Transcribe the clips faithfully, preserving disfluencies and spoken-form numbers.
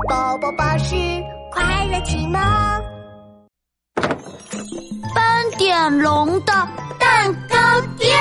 宝宝巴士快乐启蒙。 斑点龙的蛋糕店，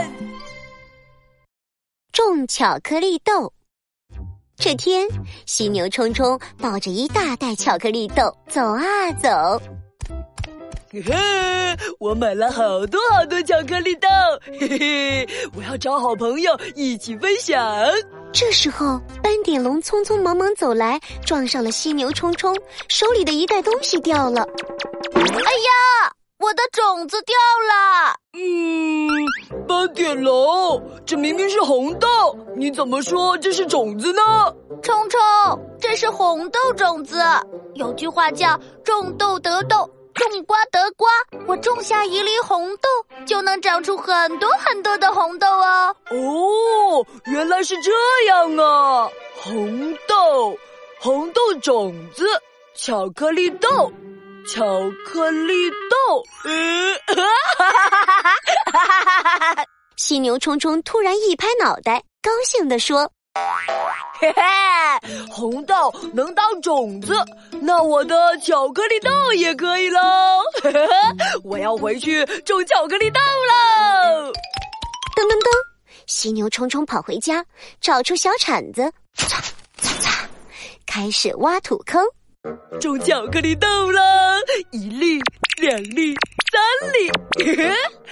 种巧克力豆。这天，犀牛冲冲抱着一大袋巧克力豆走啊走。 嘿嘿，我买了好多好多巧克力豆，嘿嘿，我要找好朋友一起分享。 这时候，斑点龙匆匆忙忙走来，撞上了犀牛冲冲，手里的一袋东西掉了。 哎呀，我的种子掉了！ 嗯，斑点龙，这明明是红豆，你怎么说这是种子呢？ 冲冲，这是红豆种子。有句话叫种豆得豆，种瓜得瓜，我种下一粒红豆，就能长出很多很多的红豆哦。 哦，原来是这样啊！红豆，红豆种子，巧克力豆，巧克力豆。嗯，哈哈哈哈哈！ 犀牛冲冲突然一拍脑袋，高兴地说：“ 嘿嘿，红豆能当种子，那我的巧克力豆也可以喽！我要回去种巧克力豆喽！” 噔噔噔，犀牛冲冲跑回家，找出小铲子，擦擦擦，开始挖土坑， 种巧克力豆了，一粒、两粒、三粒。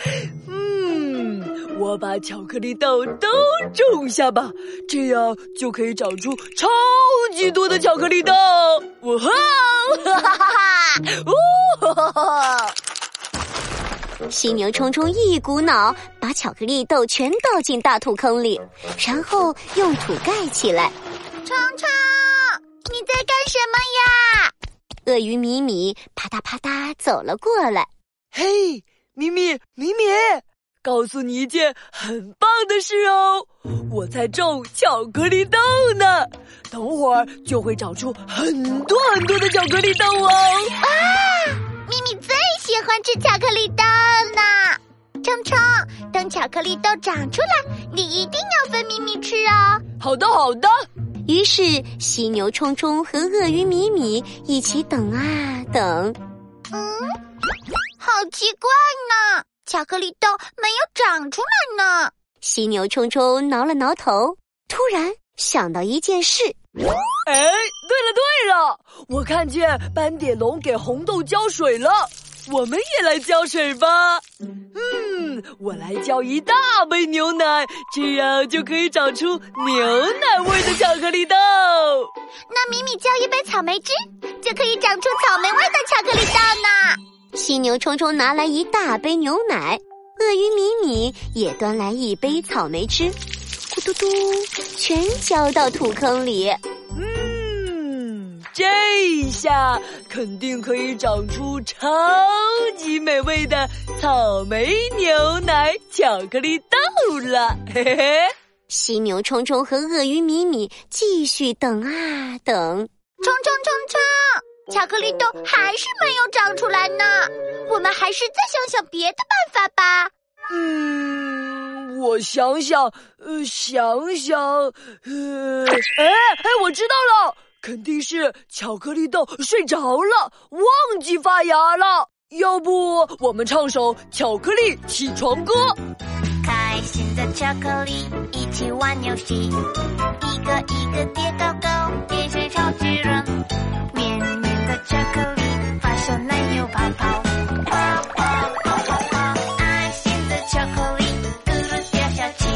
嗯，我把巧克力豆都种下吧，这样就可以长出超级多的巧克力豆。哇哈！哈哈哈哈！哦哈哈！ 犀牛冲冲一股脑把巧克力豆全倒进大土坑里，然后用土盖起来。 冲冲，你在干什么呀？ 鳄鱼米米啪嗒啪嗒走了过来。 嘿，米米，米米，告诉你一件很棒的事哦，我在种巧克力豆呢，等会儿就会长出很多很多的巧克力豆哦。 啊，咪咪最喜欢吃巧克力豆呢。冲冲，等巧克力豆长出来，你一定要分咪咪吃哦。 好的，好的。 于是犀牛冲冲和鳄鱼米米一起等啊等。 嗯，好奇怪呢，巧克力豆没有长出来呢。 犀牛冲冲挠了挠头，突然想到一件事。 哎，对了对了，我看见斑点龙给红豆浇水了，我们也来浇水吧。嗯，我来浇一大杯牛奶，这样就可以长出牛奶味的巧克力豆。 那米米浇一杯草莓汁，就可以长出草莓味的巧克力豆呢。 犀牛冲冲拿来一大杯牛奶，鳄鱼米米也端来一杯草莓汁，咕嘟嘟，全浇到土坑里。 嗯，这下肯定可以长出超级美味的草莓牛奶巧克力豆了，嘿嘿嘿。 犀牛冲冲和鳄鱼米米继续等啊等。 冲冲冲冲，巧克力豆还是没有长出来呢，我们还是再想想别的办法吧。 嗯，我想想，呃，想想，呃，哎哎，我知道了，肯定是巧克力豆睡着了，忘记发芽了。要不我们唱首巧克力起床歌？ 开心的巧克力，一起玩游戏，一个一个叠高高，叠成超巨人。绵绵的巧克力，发射奶油泡泡，泡泡泡泡泡。爱心的巧克力，咕噜掉下去。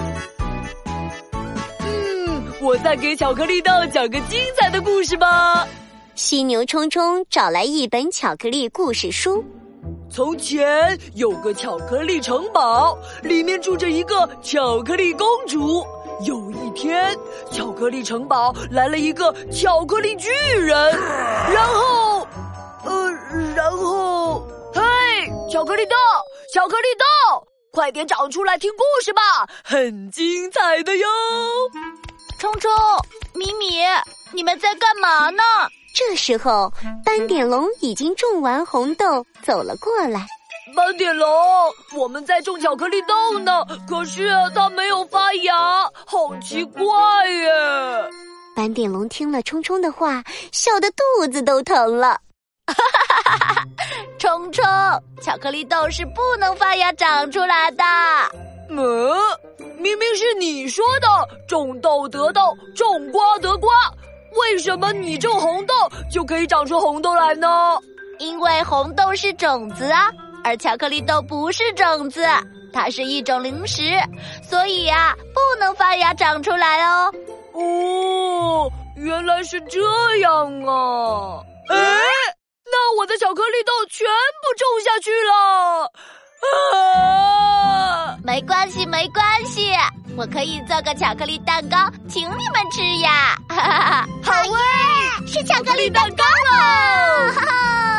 嗯，我再给巧克力豆讲个精彩的故事吧。 犀牛冲冲找来一本巧克力故事书。 从前有个巧克力城堡，里面住着一个巧克力公主。有一天，巧克力城堡来了一个巧克力巨人，然后，呃，然后，嘿，巧克力豆，巧克力豆，快点长出来听故事吧，很精彩的哟。 冲冲，米米，你们在干嘛呢？ 这时候，斑点龙已经种完红豆，走了过来。 斑点龙，我们在种巧克力豆呢，可是它没有发芽，好奇怪耶。 斑点龙听了冲冲的话，笑得肚子都疼了。 冲冲，巧克力豆是不能发芽长出来的。 嗯，明明是你说的种豆得豆，种瓜得瓜，为什么你种红豆就可以长出红豆来呢？ 因为红豆是种子啊，而巧克力豆不是种子，它是一种零食，所以呀、啊，不能发芽长出来哦。 哦，原来是这样啊！哎，那我的巧克力豆全部种下去了。啊！ 没关系，没关系，我可以做个巧克力蛋糕，请你们吃呀！哈哈哈！ 好耶，是巧克力蛋糕了！哈哈。